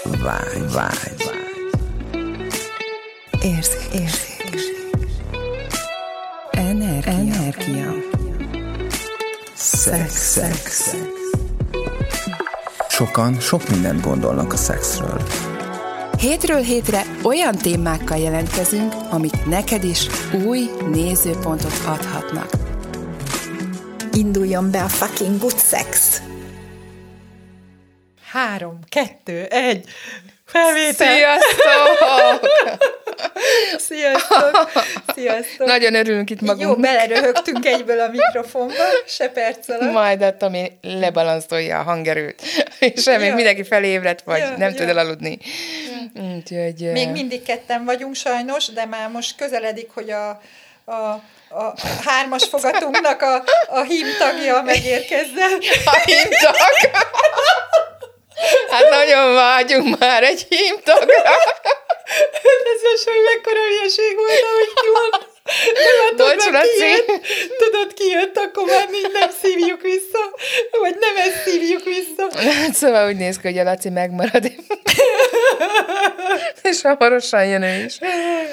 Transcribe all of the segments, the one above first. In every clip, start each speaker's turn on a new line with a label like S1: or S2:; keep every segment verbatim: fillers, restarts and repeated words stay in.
S1: Vágy, vágy, érzék, érzék, energia, energia. Szex, szex. Sokan sok mindent gondolnak a szexről.
S2: Hétről hétre olyan témákkal jelentkezünk, amik neked is új nézőpontot adhatnak.
S3: Induljon be a fucking good sex!
S4: Három, kettő, egy, felvétel!
S5: Sziasztok!
S4: Sziasztok! Sziasztok!
S5: Nagyon örülünk itt magunknak.
S4: Jó, beleröhögtünk egyből a mikrofonba, se perc alatt.
S5: Majd a Tomi lebalanszolja a hangerőt, és reméljük ja. mindenki felébredt, vagy ja, nem ja. tud elaludni. Ja. Úgyhogy,
S4: még mindig ketten vagyunk sajnos, de már most közeledik, hogy a, a, a hármas fogatunknak a, a hímtagja megérkezzen.
S5: A hímtag? Hát nagyon vágyunk már egy hímtagra.
S4: Ez most, hogy mekkora hülyeség volt, ahogy jól.
S5: Bocs, Laci.
S4: Tudod, ki jött, akkor már mi nem szívjuk vissza, vagy nem ezt szívjuk vissza.
S5: Szóval úgy néz ki, hogy a Laci megmarad. És hamarosan jön ő is.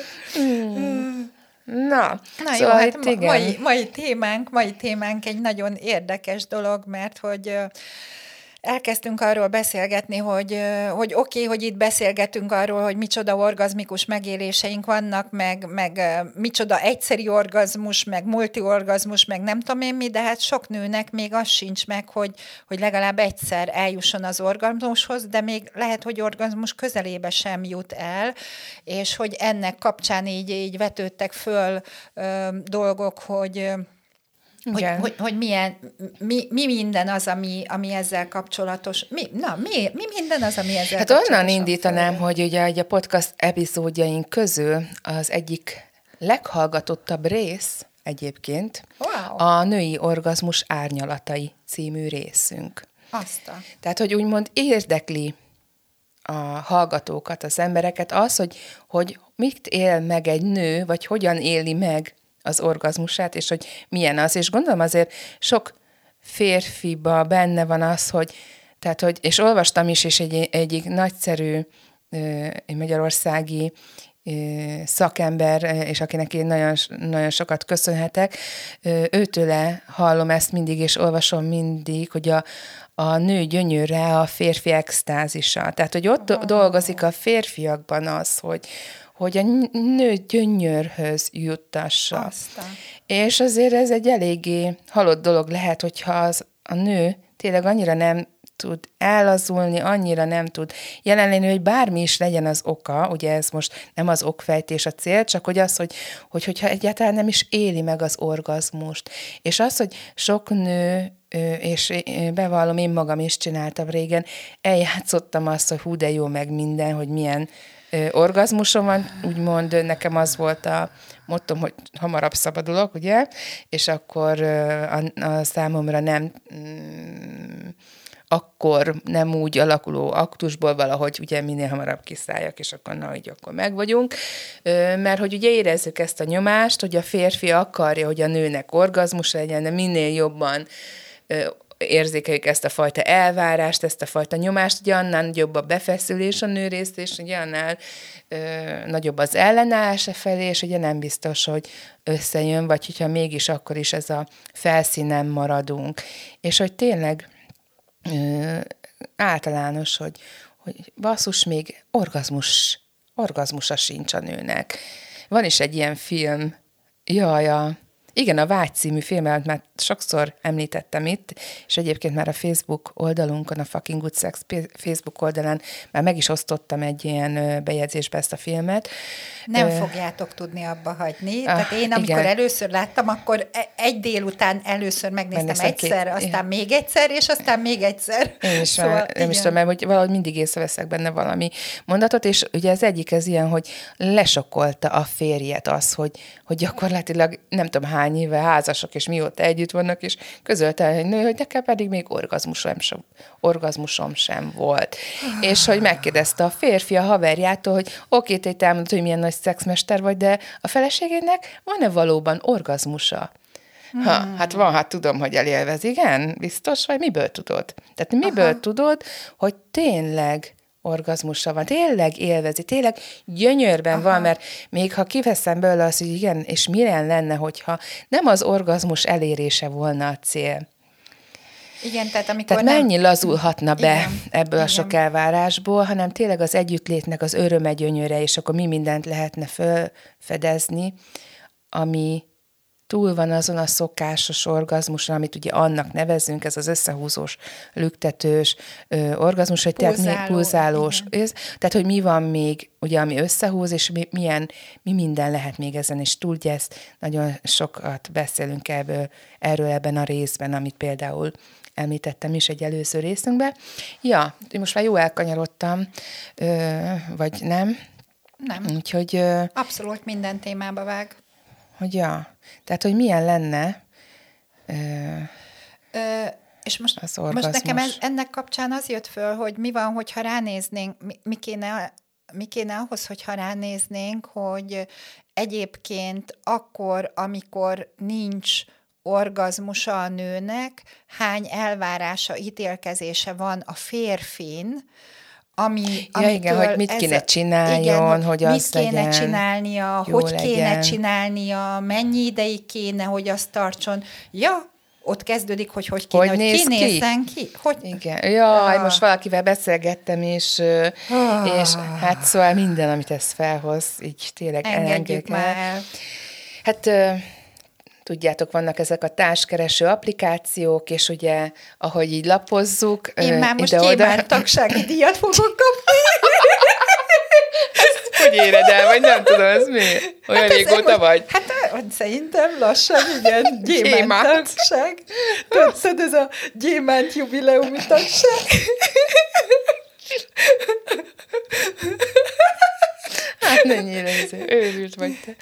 S5: Hmm. Na,
S4: Na
S5: szóval
S4: jó, hát ma, mai, mai, témánk, mai témánk egy nagyon érdekes dolog, mert hogy elkezdtünk arról beszélgetni, hogy, hogy oké, okay, hogy itt beszélgetünk arról, hogy micsoda orgazmikus megéléseink vannak, meg, meg micsoda egyszeri orgazmus, meg multiorgazmus, meg nem tudom én mi, de hát sok nőnek még az sincs meg, hogy, hogy legalább egyszer eljusson az orgazmushoz, de még lehet, hogy orgazmus közelébe sem jut el, és hogy ennek kapcsán így, így vetődtek föl ö, dolgok, hogy Hogy, hogy, hogy milyen, mi, mi minden az, ami, ami ezzel kapcsolatos, mi, na, mi, mi minden az, ami ezzel
S5: hát
S4: kapcsolatos?
S5: Hát onnan indítanám, föl. hogy ugye a podcast epizódjaink közül az egyik leghallgatottabb rész egyébként wow. a Női Orgazmus Árnyalatai című részünk.
S4: Aztán.
S5: Tehát, hogy úgymond érdekli a hallgatókat, az embereket az, hogy, hogy mit él meg egy nő, vagy hogyan éli meg az orgazmusát, és hogy milyen az. És gondolom azért sok férfiba benne van az, hogy, tehát, hogy és olvastam is, és egy, egyik nagyszerű egy magyarországi szakember, és akinek én nagyon, nagyon sokat köszönhetek, őtőle hallom ezt mindig, és olvasom mindig, hogy a, a nő gyönyörre a férfi extázisa. Tehát, hogy ott oh. dolgozik a férfiakban az, hogy hogy a nő gyönyörhöz juttassa. Aztán. És azért ez egy eléggé halott dolog lehet, hogyha az, a nő tényleg annyira nem tud ellazulni, annyira nem tud jelen lenni, hogy bármi is legyen az oka, ugye ez most nem az okfejtés a cél, csak hogy az, hogy, hogy hogyha egyáltalán nem is éli meg az orgazmust. És az, hogy sok nő, és bevallom, én magam is csináltam régen, eljátszottam azt, hogy hú de jó meg minden, hogy milyen orgazmusom van, úgymond nekem az volt a mottom, hogy hamarabb szabadulok, ugye, és akkor a, a számomra nem mm, akkor nem úgy alakuló aktusból valahogy ugye minél hamarabb kiszálljak, és akkor na, így akkor meg vagyunk, mert hogy ugye érezzük ezt a nyomást, hogy a férfi akarja, hogy a nőnek orgazmus legyen, de minél jobban érzékeljük ezt a fajta elvárást, ezt a fajta nyomást, ugye annál nagyobb a befeszülés a nő részt, és ugye annál ö, nagyobb az ellenállása felé, és ugye nem biztos, hogy összejön, vagy hogyha mégis, akkor is ez a felszínen maradunk. És hogy tényleg ö, általános, hogy, hogy basszus, még orgazmus, orgazmusa sincs a nőnek. Van is egy ilyen film, jaj, a igen, a Vágy című filmet már sokszor említettem itt, és egyébként már a Facebook oldalunkon, a Fucking Good Sex Facebook oldalán már meg is osztottam egy ilyen bejegyzésbe ezt a filmet.
S4: Nem uh, fogjátok tudni abba hagyni. Uh, Tehát én, amikor
S5: igen.
S4: először láttam, akkor egy délután először megnéztem
S5: Megnéztem
S4: egyszer,
S5: két,
S4: aztán
S5: igen.
S4: még egyszer, és aztán még egyszer.
S5: Én is,
S4: szóval,
S5: már, nem is tudom, mert hogy valahogy mindig észreveszek benne valami mondatot, és ugye az egyik ez ilyen, hogy lesokkolta a férjet az, hogy, hogy gyakorlatilag nem tudom hány éve házasok, és mióta együtt vannak, és közölte egy nő, hogy nekem pedig még orgazmusom sem, orgazmusom sem volt. És hogy megkérdezte a férfi a haverjától, hogy oké, te itt elmondod, hogy milyen nagy szexmester vagy, de a feleségének van-e valóban orgazmusa? Ha, hát van, hát tudom, hogy elélvez. Igen? Biztos vagy? Miből tudod? Tehát miből Aha. tudod, hogy tényleg orgazmusa van. Tényleg élvezi, tényleg gyönyörben Aha. van, mert még ha kiveszem belőle azt, hogy igen, és milyen lenne, hogyha nem az orgazmus elérése volna a cél.
S4: Igen, tehát amikor
S5: Tehát
S4: nem...
S5: mennyi lazulhatna be
S4: igen,
S5: ebből
S4: igen.
S5: a sok elvárásból, hanem tényleg az együttlétnek az öröme, gyönyöre, és akkor mi mindent lehetne felfedezni, ami túl van azon a szokásos orgazmuson, amit ugye annak nevezünk, ez az összehúzós, lüktetős ö, orgazmus, hogy
S4: Pulzáló,
S5: tehát mi, pulzálós, ez, tehát hogy mi van még, ugye, ami összehúz, és mi, milyen, mi minden lehet még ezen, és tudja, ezt nagyon sokat beszélünk ebből, erről ebben a részben, amit például említettem is egy előző részünkben. Ja, most már jó elkanyarodtam, ö, vagy nem?
S4: Nem.
S5: Úgyhogy... Ö,
S4: Abszolút minden témába vág.
S5: Hogy ja, tehát, hogy milyen lenne ö,
S4: Ö, és most,
S5: az
S4: most
S5: orgazmus.
S4: nekem ez, ennek kapcsán az jött föl, hogy mi van, hogyha ránéznénk, mi, mi, kéne, mi kéne ahhoz, hogyha ránéznénk, hogy egyébként akkor, amikor nincs orgazmusa a nőnek, hány elvárása, ítélkezése van a férfin, ami,
S5: ja, igen, hogy mit kéne
S4: ez,
S5: csináljon,
S4: igen,
S5: hogy
S4: mit
S5: azt
S4: kéne
S5: legyen,
S4: csinálnia,
S5: jó
S4: hogy
S5: legyen.
S4: kéne csinálnia, mennyi ideig kéne, hogy azt tartson. Ja, ott kezdődik, hogy hogy kéne,
S5: hogy,
S4: hogy
S5: néz
S4: kinézzen ki. ki? Hogy...
S5: Igen. Jaj,
S4: Ah.
S5: most valakivel beszélgettem, és,
S4: Ah.
S5: és hát szóval minden, amit ez felhoz, így tényleg
S4: Engedjük már el.
S5: Hát tudjátok, vannak ezek a társkereső applikációk, és ugye, ahogy így lapozzuk,
S4: Én már most
S5: ide-oda.
S4: gyémánt tagsági díjat fogok kapni.
S5: Hogy éred el, vagy nem tudom, ez mi? Olyan hát régóta
S4: most,
S5: vagy?
S4: Hát szerintem lassan, igen, gyémánt,
S5: Gyémánt.
S4: tagság. Tudod, ez a gyémánt jubileumi tagság.
S5: Hát mennyire őrült vagy te.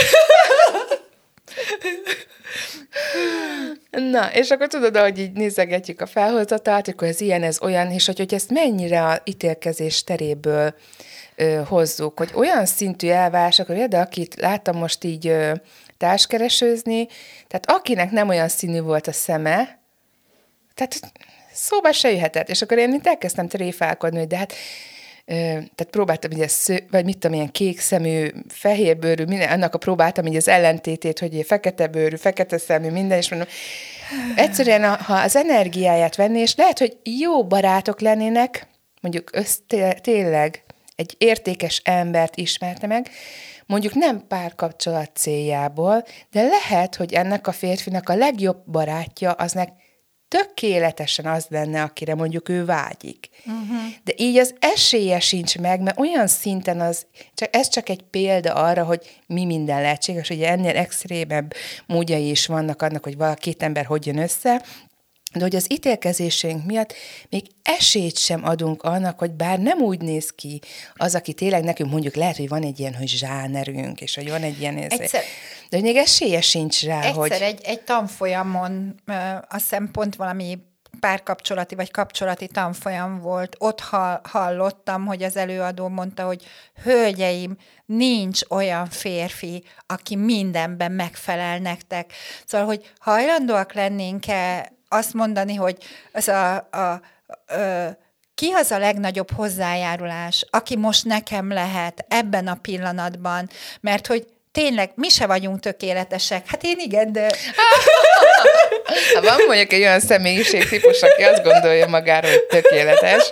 S5: Na, és akkor tudod, hogy így nézegetjük a felhozatát, akkor ez ilyen, ez olyan, és hogy, hogy ezt mennyire a ítélkezés teréből ö, hozzuk, hogy olyan szintű elvárások, hogy de akit láttam most így ö, társkeresőzni, tehát akinek nem olyan színű volt a szeme, tehát szóba se jöhetett, és akkor én mint elkezdtem tréfálkodni, hogy de hát tehát próbáltam így ezt, vagy mit tudom, ilyen kék szemű, fehér bőrű, minden, annak a próbáltam így az ellentétét, hogy fekete bőrű, fekete szemű, minden, és mondom, egyszerűen, ha az energiáját venni, és lehet, hogy jó barátok lennének, mondjuk össz, tényleg egy értékes embert ismerte meg, mondjuk nem párkapcsolat céljából, de lehet, hogy ennek a férfinak a legjobb barátja aznak tökéletesen az lenne, akire mondjuk ő vágyik. Uh-huh. De így az esélye sincs meg, mert olyan szinten az, csak, ez csak egy példa arra, hogy mi minden lehetséges, ugye ennél extrémebb módjai is vannak annak, hogy valaki két ember hogy jön össze, de hogy az ítélkezésünk miatt még esélyt sem adunk annak, hogy bár nem úgy néz ki az, aki tényleg nekünk mondjuk lehet, hogy van egy ilyen, hogy zsánerünk, és hogy van egy ilyen...
S4: Egyszer,
S5: de hogy még esélye sincs rá,
S4: egyszer
S5: hogy...
S4: egy, egy tanfolyamon, ö, azt hiszem pont valami párkapcsolati vagy kapcsolati tanfolyam volt, ott hallottam, hogy az előadó mondta, hogy hölgyeim, nincs olyan férfi, aki mindenben megfelel nektek. Szóval, hogy hajlandóak lennénk-e azt mondani, hogy az a, a, a, a ki az a legnagyobb hozzájárulás, aki most nekem lehet ebben a pillanatban, mert hogy tényleg mi se vagyunk tökéletesek. Hát én igen, de...
S5: Ha van mondjuk egy olyan személyiségtípus, aki azt gondolja magáról, hogy tökéletes.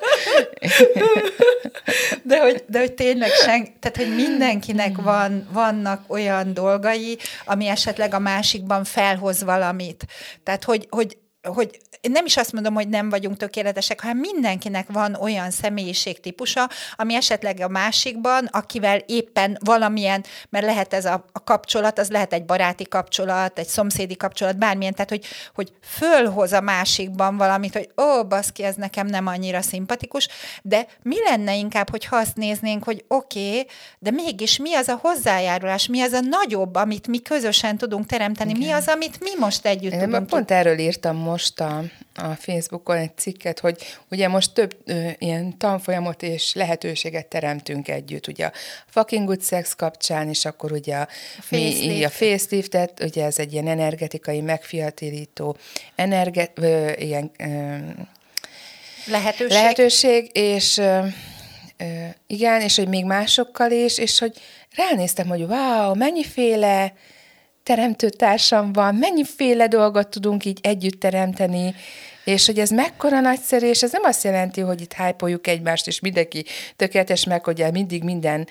S4: De hogy, de hogy tényleg sen, tehát, hogy mindenkinek van, vannak olyan dolgai, ami esetleg a másikban felhoz valamit. Tehát, hogy, hogy hogy nem is azt mondom, hogy nem vagyunk tökéletesek, hanem mindenkinek van olyan személyiségtípusa, ami esetleg a másikban, akivel éppen valamilyen, mert lehet ez a, a kapcsolat, az lehet egy baráti kapcsolat, egy szomszédi kapcsolat, bármilyen, tehát hogy, hogy fölhoz a másikban valamit, hogy ó, baszki, ez nekem nem annyira szimpatikus, de mi lenne inkább, hogyha azt néznénk, hogy oké, okay, de mégis mi az a hozzájárulás, mi az a nagyobb, amit mi közösen tudunk teremteni, igen. Mi az, amit mi most együtt
S5: Én
S4: tudunk.
S5: Pont erről írtam most a, a Facebookon egy cikket, hogy ugye most több ö, ilyen tanfolyamot és lehetőséget teremtünk együtt, ugye a Fucking Good Sex kapcsán, és akkor ugye a, mi, így a faceliftet, ugye ez egy ilyen energetikai megfiatalító energe, ö, ilyen, ö,
S4: lehetőség.
S5: lehetőség, és ö, igen, és hogy még másokkal is, és hogy ránéztem, hogy wow, mennyiféle teremtőtársam van, mennyiféle dolgot tudunk így együtt teremteni, és hogy ez mekkora nagyszerű, és ez nem azt jelenti, hogy itt hype-oljuk egymást, és mindenki tökéletes meg, hogy mindig minden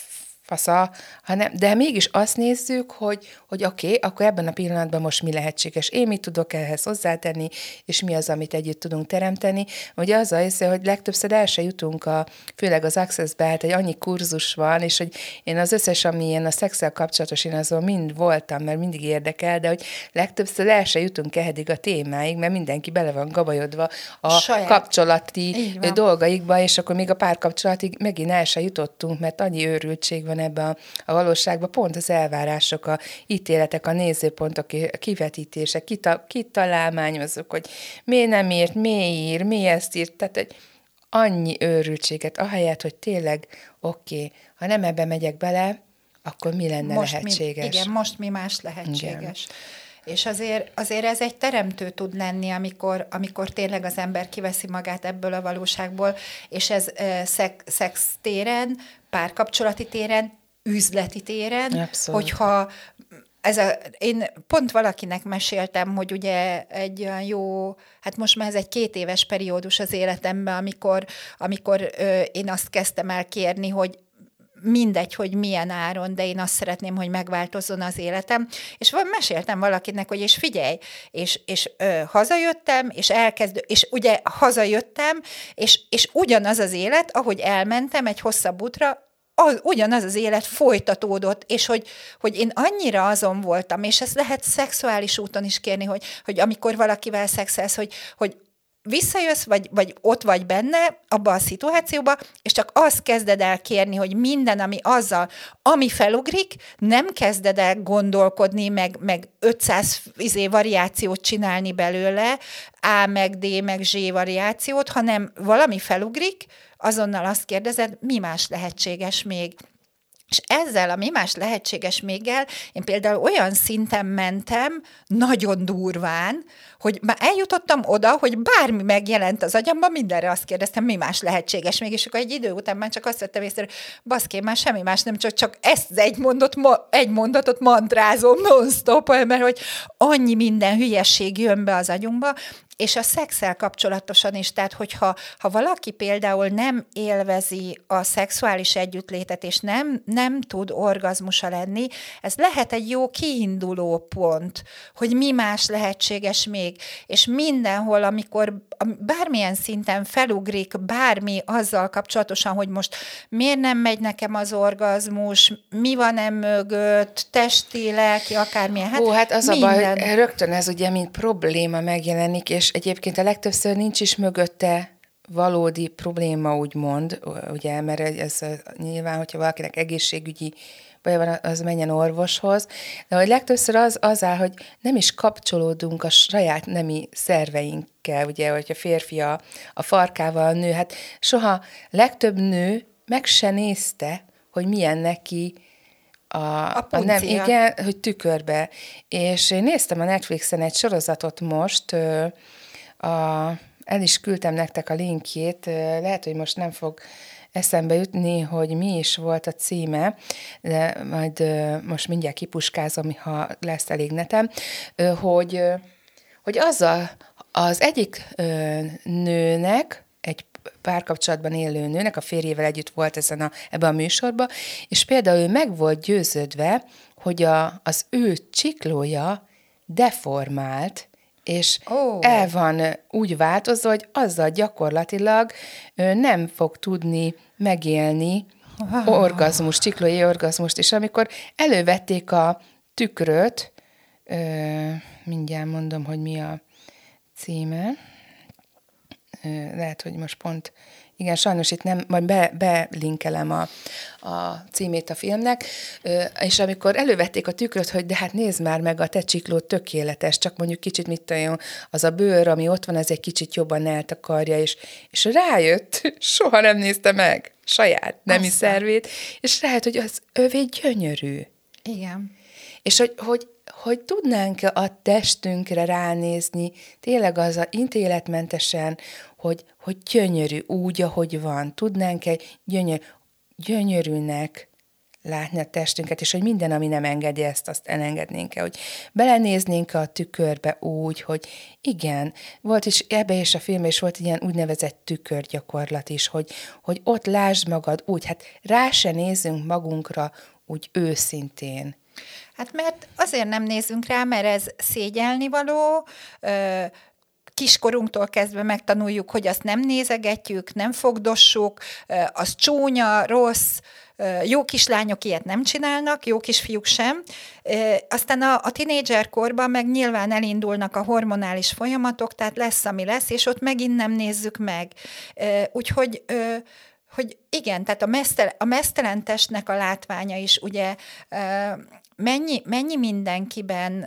S5: fasza, hanem, de mégis azt nézzük, hogy, hogy oké, okay, akkor ebben a pillanatban most mi lehetséges, én mit tudok ehhez hozzátenni, és mi az, amit együtt tudunk teremteni. Ugye az az, hogy legtöbbször el se jutunk, a, főleg az Access-be, hát egy annyi kurzus van, és hogy én az összes, ami ilyen a szexszel kapcsolatos, én azon mind voltam, mert mindig érdekel, de hogy legtöbbször el se jutunk ehedig a témáig, mert mindenki bele van gabajodva a Saját. kapcsolati dolgaikba, és akkor még a párkapcsolatig megint el se jutottunk, mert annyi őrültség van ebbe a, a valóságban, pont az elvárások, a ítéletek, a nézőpontok, a kivetítések, kita, kitalálmányozunk, hogy miért nem írt, miért ír, mi ezt írt, tehát egy annyi őrültséget, ahelyett, hogy tényleg oké, okay, ha nem ebbe megyek bele, akkor mi lenne most lehetséges?
S4: Mi, igen, most mi más lehetséges. Igen. És azért, azért ez egy teremtő tud lenni, amikor, amikor tényleg az ember kiveszi magát ebből a valóságból, és ez uh, szex, szex téren, párkapcsolati téren, üzleti téren, Abszolút. hogyha ez a, én pont valakinek meséltem, hogy ugye egy olyan jó, hát most már ez egy két éves periódus az életemben, amikor, amikor ö, én azt kezdtem el kérni, hogy mindegy, hogy milyen áron, de én azt szeretném, hogy megváltozzon az életem. És meséltem valakinek, hogy és figyelj, és, és ö, hazajöttem, és elkezdő, és ugye hazajöttem, és, és ugyanaz az élet, ahogy elmentem egy hosszabb útra, az, ugyanaz az élet folytatódott, és hogy, hogy én annyira azon voltam, és ezt lehet szexuális úton is kérni, hogy, hogy amikor valakivel szexelsz, hogy, hogy visszajössz, vagy, vagy ott vagy benne, abba a szituációba, és csak azt kezded el kérni, hogy minden, ami azzal, ami felugrik, nem kezded el gondolkodni, meg, meg ötszáz izé variációt csinálni belőle, A, meg D, meg Z variációt, hanem valami felugrik, azonnal azt kérdezed, mi más lehetséges még. És ezzel a mi más lehetséges méggel én például olyan szinten mentem, nagyon durván, hogy már eljutottam oda, hogy bármi megjelent az agyamban, mindenre azt kérdeztem, mi más lehetséges még, és akkor egy idő után már csak azt vettem észre, hogy baszké, már semmi más, nem csak, csak ezt az egy, mondat, egy mondatot mantrázom non-stop, mert hogy annyi minden hülyesség jön be az agyunkba, és a szexszel kapcsolatosan is, tehát hogyha ha valaki például nem élvezi a szexuális együttlétet, és nem, nem tud orgazmusa lenni, ez lehet egy jó kiinduló pont, hogy mi más lehetséges még, és mindenhol, amikor bármilyen szinten felugrik bármi azzal kapcsolatosan, hogy most miért nem megy nekem az orgazmus, mi van e mögött, testi, lelki, akármilyen. Hát,
S5: Ó, hát az
S4: minden.
S5: a baj, rögtön ez ugye mint probléma megjelenik, és egyébként a legtöbbször nincs is mögötte valódi probléma, úgymond, ugye, mert ez nyilván, hogyha valakinek egészségügyi baj van, az menjen orvoshoz, de hogy legtöbbször az, az áll, hogy nem is kapcsolódunk a saját nemi szerveinkkel, ugye, hogy a férfi a, a farkával, a nő, hát soha legtöbb nő meg se nézte, hogy milyen neki a,
S4: a,
S5: a nem, igen, hogy tükörbe. És én néztem a Netflixen egy sorozatot most, a, el is küldtem nektek a linkjét, lehet, hogy most nem fog eszembe jutni, hogy mi is volt a címe, de majd most mindjárt kipuskázom, ha lesz elég netem, hogy, hogy azzal az egyik nőnek, egy párkapcsolatban élő nőnek, a férjével együtt volt ezen a, ebben a műsorban, és például ő meg volt győződve, hogy a, az ő csiklója deformált, és oh. el van úgy változva, hogy azzal gyakorlatilag nem fog tudni megélni oh. orgazmus, csiklói orgazmust, és amikor elővették a tükröt, mindjárt mondom, hogy mi a címe, lehet, hogy most pont, igen, sajnos itt nem, majd be, belinkelem a, a címét a filmnek, és amikor elővették a tükröt, hogy de hát nézd már meg, a te csiklód tökéletes, csak mondjuk kicsit mit olyan, az a bőr, ami ott van, ez egy kicsit jobban eltakarja, és, és rájött, soha nem nézte meg saját nemi szervét, és rájött, hogy az övé gyönyörű.
S4: Igen.
S5: És hogy, hogy hogy tudnánk a testünkre ránézni, tényleg az a intéletmentesen, hogy, hogy gyönyörű úgy, ahogy van. Tudnánk-e gyönyör, gyönyörűnek látni a testünket, és hogy minden, ami nem engedi ezt, azt elengednénk-e, hogy belenéznénk a tükörbe úgy, hogy igen, volt is ebbe és a filmben is volt egy ilyen úgynevezett tükörgyakorlat is, hogy, hogy ott lásd magad úgy, hát rá se nézzünk magunkra úgy őszintén.
S4: Hát mert azért nem nézünk rá, mert ez szégyelnivaló, ö, kiskorunktól kezdve megtanuljuk, hogy azt nem nézegetjük, nem fogdossuk, az csúnya, rossz, jó kislányok ilyet nem csinálnak, jó kisfiúk sem. Aztán a, a tinédzser korban meg nyilván elindulnak a hormonális folyamatok, tehát lesz, ami lesz, és ott megint nem nézzük meg. Úgyhogy hogy igen, tehát a, mesztelen, a mesztelen testnek a látványa is ugye mennyi, mennyi mindenkiben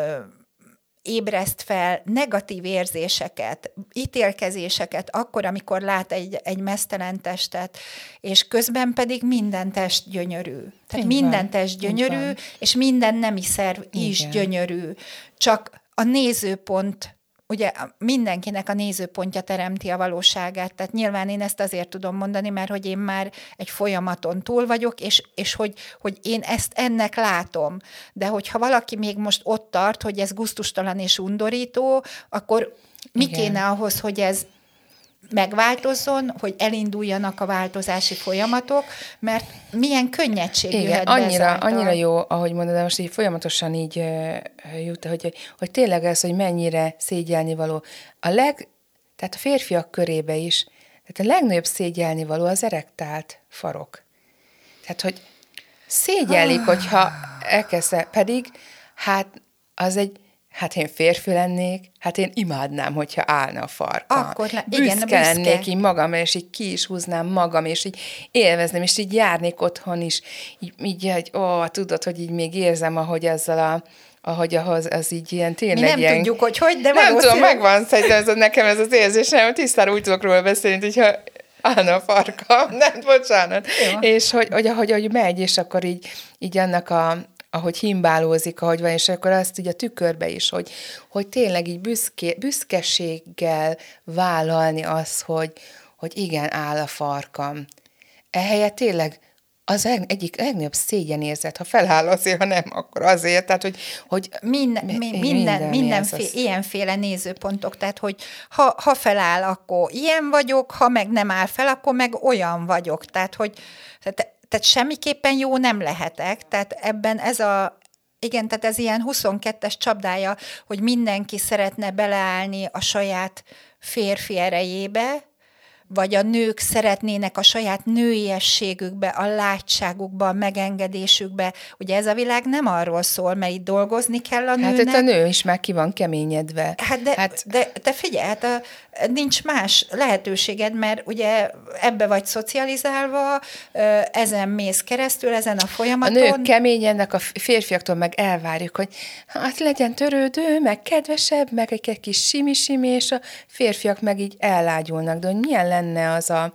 S4: ébreszt fel negatív érzéseket, ítélkezéseket akkor, amikor lát egy, egy mesztelen testet, és közben pedig minden test gyönyörű. Tehát
S5: így
S4: minden
S5: van,
S4: test gyönyörű, és minden nemi szerv is
S5: igen.
S4: gyönyörű. Csak a nézőpont, ugye mindenkinek a nézőpontja teremti a valóságát, tehát nyilván én ezt azért tudom mondani, mert hogy én már egy folyamaton túl vagyok, és, és hogy, hogy én ezt ennek látom. De hogyha valaki még most ott tart, hogy ez gusztustalan és undorító, akkor mi
S5: igen.
S4: kéne ahhoz, hogy ez megváltozzon, hogy elinduljanak a változási folyamatok, mert milyen könnyedség
S5: igen,
S4: jöhet
S5: annyira,
S4: be
S5: annyira jó, ahogy mondod, de most így folyamatosan így uh, jut, hogy, hogy tényleg ez, hogy mennyire szégyelnivaló. A leg, tehát a férfiak körébe is, tehát a legnagyobb szégyelnivaló az erektált farok. Tehát, hogy szégyellik, ah. hogyha elkezdte, pedig hát az egy hát én férfi lennék, hát én imádnám, hogyha állna a farkam.
S4: Akkor le, igen,
S5: büszke lennék így magam, és így ki is húznám magam, és így élvezném, és így járnék otthon is. Így, így hogy, ó, tudod, hogy így még érzem, ahogy azzal a ahogy ahhoz, az így ilyen tényleg
S4: Mi nem
S5: ilyen...
S4: tudjuk, hogy hogy, de
S5: nem
S4: valószínű...
S5: tudom, megvan szerintem ez, nekem ez az érzésem, tisztára úgy tudok róla beszélni, hogyha állna a farkam, nem, bocsánat. Jó. És hogy, hogy ahogy, ahogy megy, és akkor így, így annak a ahogy himbálózik, ahogy van, és akkor azt így a tükörbe is, hogy, hogy tényleg így büszké, büszkeséggel vállalni az, hogy, hogy igen, áll a farkam. Ehelyett tényleg az egyik legnagyobb szégyenérzet, ha feláll azért, ha nem, akkor azért, tehát, hogy... hogy
S4: minden, mi, minden, minden mindenféle, az... ilyenféle nézőpontok, tehát, hogy ha, ha feláll, akkor ilyen vagyok, ha meg nem áll fel, akkor meg olyan vagyok, tehát, hogy tehát, tehát semmiképpen jó nem lehetek, tehát ebben ez a, igen, tehát ez ilyen huszonkettes csapdája, hogy mindenki szeretne beleállni a saját férfi erejébe, vagy a nők szeretnének a saját nőiességükbe, a látságukba, a megengedésükbe. Ugye ez a világ nem arról szól, mert itt dolgozni kell a nőnek.
S5: Hát itt a nő is már ki van keményedve.
S4: Hát de, hát... de, de figyelj, hát a, nincs más lehetőséged, mert ugye ebbe vagy szocializálva, ezen mész keresztül, ezen a folyamaton.
S5: A nők keményednek, a férfiaktól meg elvárjuk, hogy hát legyen törődő, meg kedvesebb, meg egy kis simi-simi, és a férfiak meg így ellágyulnak. De hogy milyen lenne az a,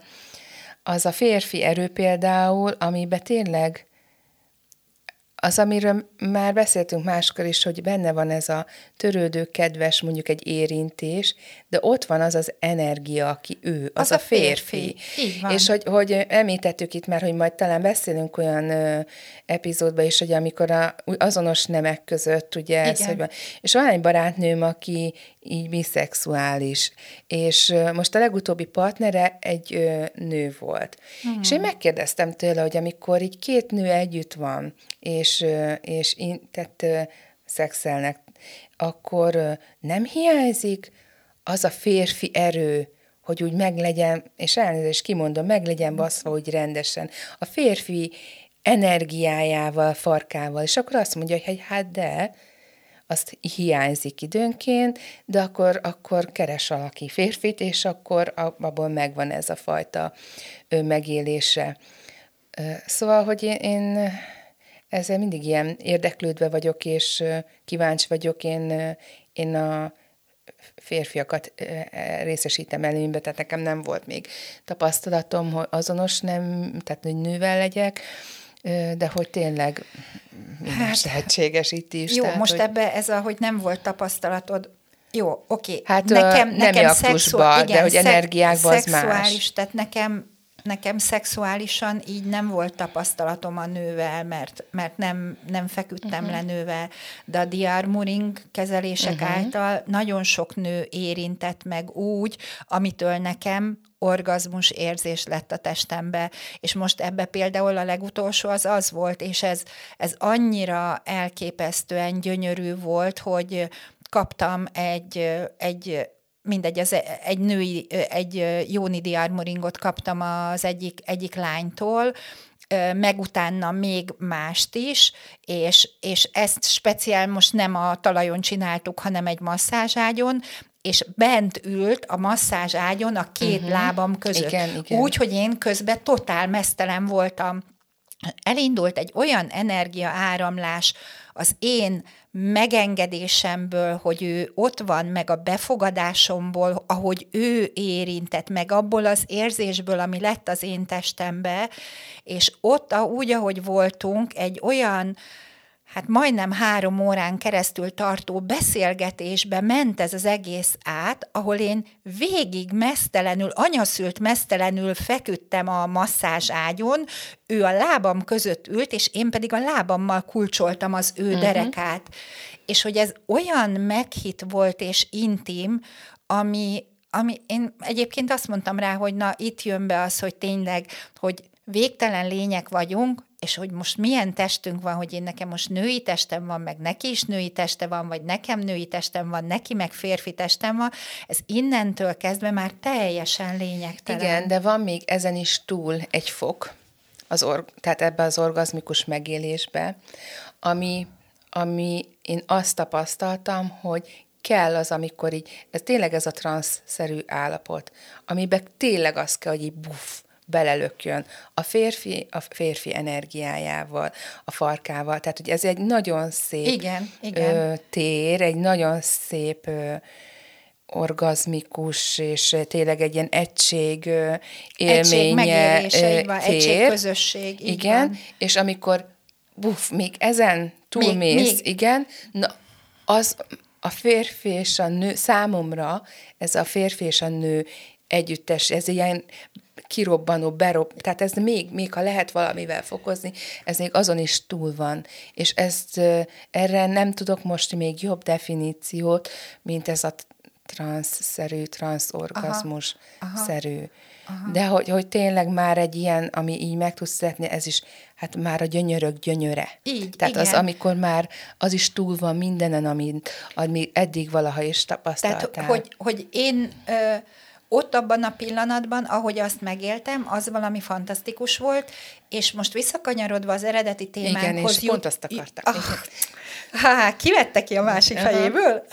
S5: az a férfi erő például, amiben tényleg az, amiről már beszéltünk máskor is, hogy benne van ez a törődő, kedves, mondjuk egy érintés, de ott van az az energia, aki ő, az, az a férfi.
S4: férfi.
S5: És hogy, hogy említettük itt már, hogy majd talán beszélünk olyan ö, epizódban is, hogy amikor a, azonos nemek között, ugye ez, hogy van. És van egy barátnőm, aki így biszexuális, és ö, most a legutóbbi partnere egy ö, nő volt. Hmm. És én megkérdeztem tőle, hogy amikor így két nő együtt van, és, és tehát szexelnek, akkor nem hiányzik az a férfi erő, hogy úgy meglegyen, és elnézést kimondom, meglegyen baszva úgy rendesen, a férfi energiájával, farkával, és akkor azt mondja, hogy hát de, azt hiányzik időnként, de akkor, akkor keres valaki férfit, és akkor abból megvan ez a fajta megélése. Szóval, hogy én, én ezzel mindig ilyen érdeklődve vagyok, és kíváncsi vagyok. Én, én a férfiakat részesítem előnybe, tehát nekem nem volt még tapasztalatom, hogy azonos nem, tehát hogy nővel legyek, de hogy tényleg minden lehetséges itt is.
S4: Jó,
S5: tehát,
S4: most
S5: hogy...
S4: ebbe ez a, hogy nem volt tapasztalatod, jó, oké.
S5: Hát
S4: nekem,
S5: nem
S4: nekem
S5: aktusban,
S4: szexuál,
S5: de hogy energiákban az
S4: szexuális,
S5: más.
S4: Tehát nekem, nekem szexuálisan így nem volt tapasztalatom a nővel, mert, mert nem, nem feküdtem uh-huh. le nővel, de a de-armoring kezelések uh-huh. által nagyon sok nő érintett meg úgy, amitől nekem orgazmus érzés lett a testembe, és most ebbe például a legutolsó az az volt, és ez, ez annyira elképesztően gyönyörű volt, hogy kaptam egy, egy mindegy, az egy női, egy jóni de-armoringot kaptam az egyik, egyik lánytól, meg utána még mást is, és, és ezt speciál most nem a talajon csináltuk, hanem egy masszázságyon, és bent ült a masszázságyon a két uh-huh. lábam között.
S5: Igen, igen.
S4: Úgy, hogy én közben totál meztelen voltam. Elindult egy olyan energiaáramlás az én megengedésemből, hogy ő ott van, meg a befogadásomból, ahogy ő érintett, meg abból az érzésből, ami lett az én testembe, és ott, úgy, ahogy voltunk, egy olyan, hát majdnem három órán keresztül tartó beszélgetésbe ment ez az egész át, ahol én végig meztelenül, anyaszült meztelenül feküdtem a masszázságyon, ő a lábam között ült, és én pedig a lábammal kulcsoltam az ő uh-huh. derekát. És hogy ez olyan meghitt volt és intim, ami, ami én egyébként azt mondtam rá, hogy na, itt jön be az, hogy tényleg, hogy végtelen lények vagyunk, és hogy most milyen testünk van, hogy én nekem most női testem van, meg neki is női teste van, vagy nekem női testem van, neki meg férfi testem van, ez innentől kezdve már teljesen lényegtelen.
S5: Igen, de van még ezen is túl egy fok, az or- tehát ebbe az orgazmikus megélésbe, ami, ami én azt tapasztaltam, hogy kell az, amikor így, ez tényleg ez a transzszerű állapot, amiben tényleg az kell, hogy így buff, belelökjön a férfi, a férfi energiájával, a farkával. Tehát, hogy ez egy nagyon szép
S4: igen, igen.
S5: Ö, tér, egy nagyon szép ö, orgazmikus, és tényleg egy ilyen egység ö, élménye
S4: egység megélése, így van,
S5: tér.
S4: egység közösség. Így
S5: igen,
S4: van.
S5: És amikor buff, még ezen túlmész, még, még. igen, na, az a férfi és a nő, számomra ez a férfi és a nő együttes, ez ilyen kirobbanó, berob, tehát ez még, még ha lehet valamivel fokozni, ez még azon is túl van. És ezt erre nem tudok most még jobb definíciót, mint ez a transzszerű, transzorgazmus-szerű. De hogy, hogy tényleg már egy ilyen, ami így meg tudsz szeretni, ez is, hát már a gyönyörök gyönyöre.
S4: Így,
S5: tehát
S4: igen.
S5: az, amikor már az is túl van mindenen, amit, amit eddig valaha is tapasztaltál.
S4: Tehát, hogy, hogy én... Ö, ott abban a pillanatban, ahogy azt megéltem, az valami fantasztikus volt, és most visszakanyarodva az eredeti témánkhoz...
S5: Igen, és
S4: jut,
S5: pont azt akartak.
S4: Ah, há, kivette ki a másik uh-huh. fejéből?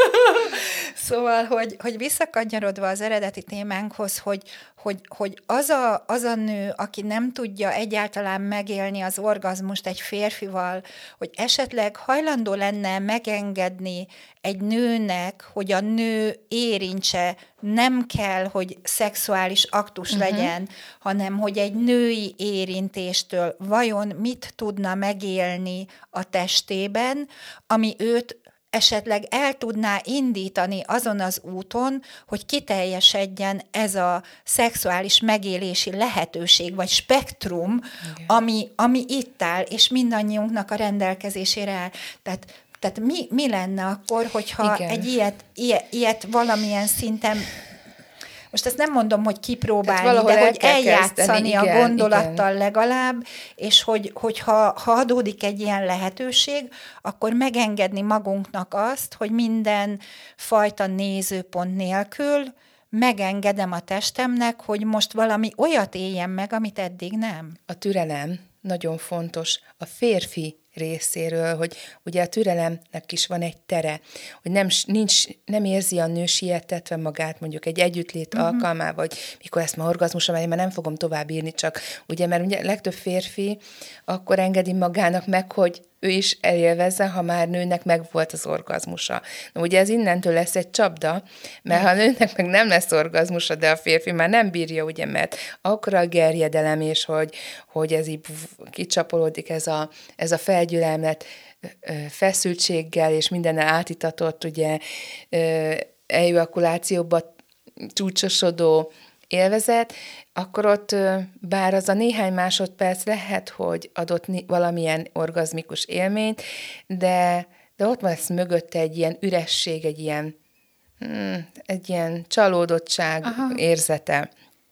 S4: Szóval, hogy, hogy visszakanyarodva az eredeti témánkhoz, hogy, hogy, hogy az, a, az a nő, aki nem tudja egyáltalán megélni az orgazmust egy férfival, hogy esetleg hajlandó lenne megengedni egy nőnek, hogy a nő érintse, nem kell, hogy szexuális aktus uh-huh. legyen, hanem hogy egy női érintéstől vajon mit tudna megélni a testében, ami őt esetleg el tudná indítani azon az úton, hogy kiteljesedjen ez a szexuális megélési lehetőség, vagy spektrum, ami, ami itt áll, és mindannyiunknak a rendelkezésére áll. Tehát Tehát mi, mi lenne akkor, hogyha igen. egy ilyet, ilyet, ilyet valamilyen szinten, most ezt nem mondom, hogy kipróbálni, de hogy eljátszani igen, a gondolattal igen. legalább, és hogy, hogyha ha adódik egy ilyen lehetőség, akkor megengedni magunknak azt, hogy minden fajta nézőpont nélkül megengedem a testemnek, hogy most valami olyat éljen meg, amit eddig nem.
S5: A türelem nagyon fontos. A férfi részéről, hogy ugye a türelemnek is van egy tere, hogy nem, nincs, nem érzi a nő sietetve magát mondjuk egy együttlét uh-huh. alkalmával, hogy mikor ezt már orgazmusra megy, mert nem fogom tovább írni, csak ugye, mert ugye legtöbb férfi akkor engedi magának meg, hogy ő is elélvezze, ha már nőnek meg volt az orgazmusa. Na, ugye ez innentől lesz egy csapda, mert ha a nőnek meg nem lesz orgazmusa, de a férfi már nem bírja, ugye, mert akkor a gerjedelem, és hogy, hogy ez így kicsapolódik ez a, ez a felgyülemlet feszültséggel, és mindennel átitatott, ugye, ejakulációba csúcsosodó élvezet, akkor ott bár az a néhány másodperc lehet, hogy adott valamilyen orgazmikus élményt, de, de ott lesz mögötte egy ilyen üresség, egy ilyen, hmm, egy ilyen csalódottság Aha. érzete.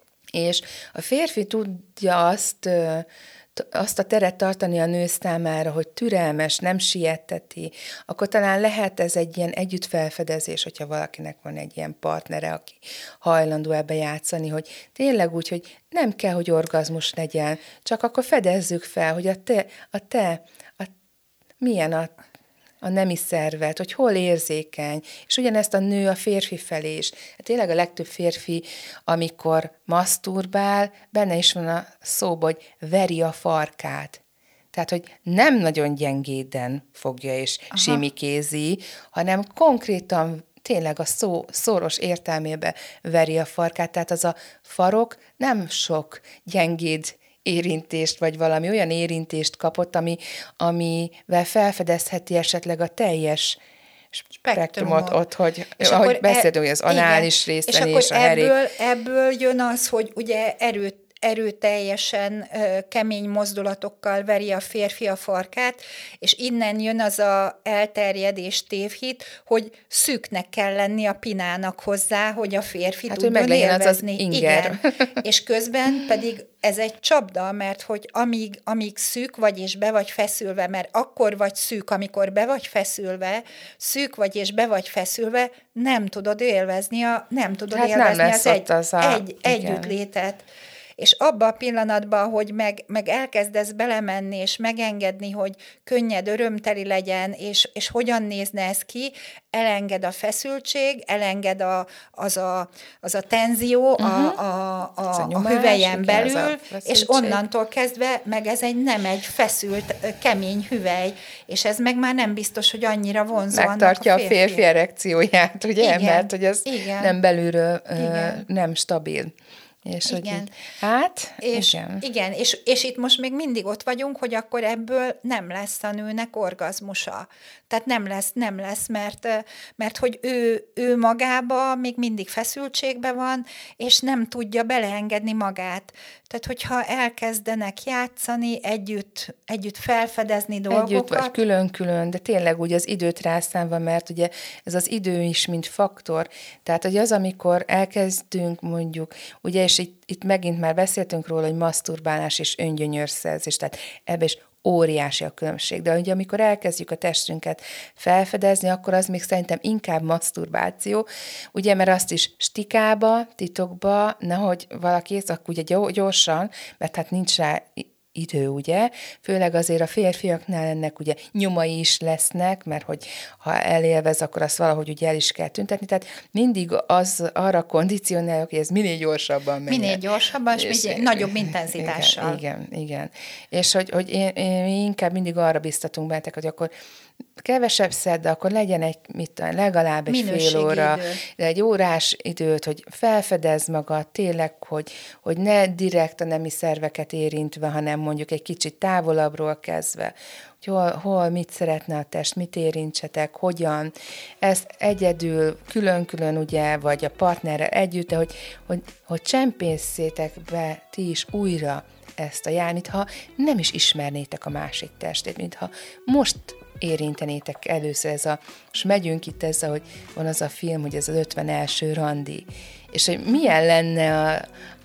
S5: És a férfi tudja azt, azt a teret tartani a nő számára, hogy türelmes, nem sietteti, akkor talán lehet ez egy ilyen együttfelfedezés, hogyha valakinek van egy ilyen partnere, aki hajlandó ebbe játszani, hogy tényleg úgy, hogy nem kell, hogy orgazmus legyen, csak akkor fedezzük fel, hogy a te, a te a, milyen a a nemi szervet, hogy hol érzékeny, és ugyanezt a nő a férfi felé is. Hát tényleg a legtöbb férfi, amikor maszturbál, benne is van a szóba, hogy veri a farkát. Tehát, hogy nem nagyon gyengéden fogja és Aha. simikézi, hanem konkrétan tényleg a szó szoros értelmében veri a farkát. Tehát az a farok nem sok gyengéd érintést, vagy valami olyan érintést kapott, ami, amivel felfedezheti esetleg a teljes spektrumot ott, hogy és ahogy beszéltünk, hogy az anális részen és, és a herék.
S4: Ebből, ebből jön az, hogy ugye erőt erőteljesen, kemény mozdulatokkal veri a férfi a farkát, és innen jön az a elterjedés tévhit, hogy szűknek kell lenni a pinának hozzá, hogy a férfi hát, tudjon
S5: hogy
S4: élvezni.
S5: Az az inger.
S4: Igen. És közben pedig ez egy csapda, mert hogy amíg, amíg szűk vagy és be vagy feszülve, mert akkor vagy szűk, amikor be vagy feszülve, szűk vagy és be vagy feszülve, nem tudod élvezni, a, nem tudod hát élvezni
S5: nem
S4: az, egy,
S5: az a,
S4: egy, együttlétet. És abban a pillanatban, hogy meg, meg elkezdesz belemenni, és megengedni, hogy könnyed, örömteli legyen, és, és hogyan nézne ez ki, elenged a feszültség, elenged a, az, a, az a tenzió uh-huh. a, a, a, a, nyomás, a hüvelyen belül, a és onnantól kezdve meg ez egy nem egy feszült, kemény hüvely, és ez meg már nem biztos, hogy annyira vonzó
S5: megtartja
S4: annak a férfi.
S5: a férfi erekcióját, ugye? Igen. Mert hogy az
S4: igen.
S5: nem belülről igen. nem stabil. És
S4: igen.
S5: Hogy, hát,
S4: és,
S5: igen.
S4: Igen, és, és itt most még mindig ott vagyunk, hogy akkor ebből nem lesz a nőnek orgazmusa. Tehát nem lesz, nem lesz, mert, mert hogy ő, ő magába még mindig feszültségben van, és nem tudja beleengedni magát. Tehát, hogyha elkezdenek játszani, együtt, együtt felfedezni dolgokat.
S5: Együtt vagy külön-külön, de tényleg úgy az időt rászámva, mert ugye ez az idő is, mint faktor. Tehát, hogy az, amikor elkezdünk mondjuk, ugye, és itt, itt megint már beszéltünk róla, hogy maszturbálás és öngyönyörszerzés, tehát ebbe is óriási a különbség. De ugye amikor elkezdjük a testünket felfedezni, akkor az még szerintem inkább maszturbáció, ugye, mert azt is stikába, titokba, nehogy valaki ész, akkor ugye gyorsan, mert hát nincs rá idő, ugye? Főleg azért a férfiaknál ennek ugye nyomai is lesznek, mert hogy ha elélvez, akkor azt valahogy ugye el is kell tüntetni, tehát mindig az arra kondicionáljuk, hogy ez minél gyorsabban menjen.
S4: Minél gyorsabban, és, és minél nagyobb intenzitással.
S5: Igen, igen, igen. És hogy, hogy én, én inkább mindig arra biztatunk bentek, hogy akkor kevesebb szed, de akkor legyen egy, mit tudom, legalább egy minőségi fél óra, idő. De egy órás időt, hogy felfedezz magad, tényleg, hogy, hogy ne direkt a nemi szerveket érintve, hanem mondjuk egy kicsit távolabbról kezdve, hogy hol, hol mit szeretne a test, mit érintsetek, hogyan, ezt egyedül, külön-külön ugye, vagy a partnerrel együtt, de hogy, hogy, hogy csempészétek be ti is újra ezt a jár, mintha nem is ismernétek a másik testét, mintha most érintenétek először ez a, és megyünk itt ezzel, hogy van az a film, hogy ez az ötven első randi, és hogy milyen lenne a,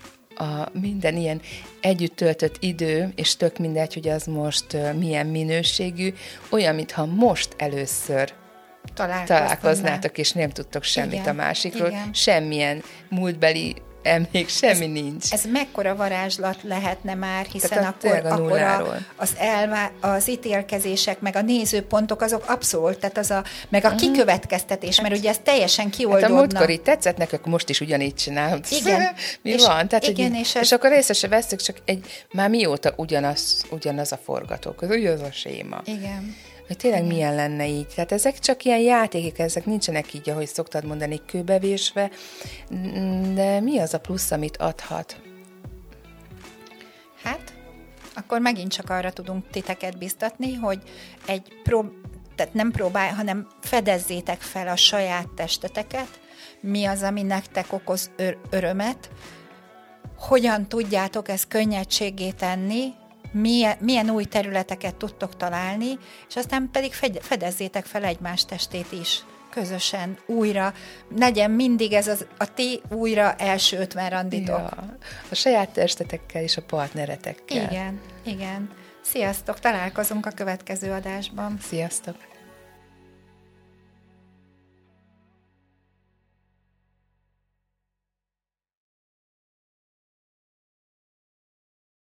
S5: a minden ilyen együtt töltött idő, és tök mindegy, hogy az most uh, milyen minőségű, olyan, mintha most először találkoznátok, és nem tudtok semmit igen, a másikról, igen. Semmilyen múltbeli emlék, semmi ez, nincs.
S4: Ez mekkora varázslat lehetne már, hiszen
S5: Tehát
S4: akkor,
S5: a
S4: akkor a, az, elvá, az ítélkezések, meg a nézőpontok azok abszolút, tehát az a, meg a kikövetkeztetés, hát, mert ugye ez teljesen kioldódna. Hát
S5: a múltkor így tetszett nekik, akkor most is ugyanígy csinálod.
S4: Igen.
S5: Mi
S4: és,
S5: van? Tehát,
S4: igen,
S5: így,
S4: és,
S5: és,
S4: ez...
S5: és akkor észre se veszük, csak egy, már mióta ugyanaz, ugyanaz a forgatók, az ugyanaz a séma.
S4: Igen.
S5: Hogy tényleg igen. milyen lenne így. Tehát ezek csak ilyen játékok, ezek nincsenek így, ahogy szoktad mondani, kőbevésve, de mi az a plusz, amit adhat?
S4: Hát, akkor megint csak arra tudunk titeket biztatni, hogy egy prób- tehát nem próbálj, hanem fedezzétek fel a saját testeteket, mi az, ami nektek okoz ör- örömet, hogyan tudjátok ezt könnyedséggé tenni, milyen, milyen új területeket tudtok találni, és aztán pedig fedezzétek fel egymás testét is közösen, újra. Legyen mindig ez az, a ti újra első ötven randitok.
S5: Ja, a saját testetekkel és a partneretekkel.
S4: Igen, igen. Sziasztok, találkozunk a következő adásban.
S5: Sziasztok!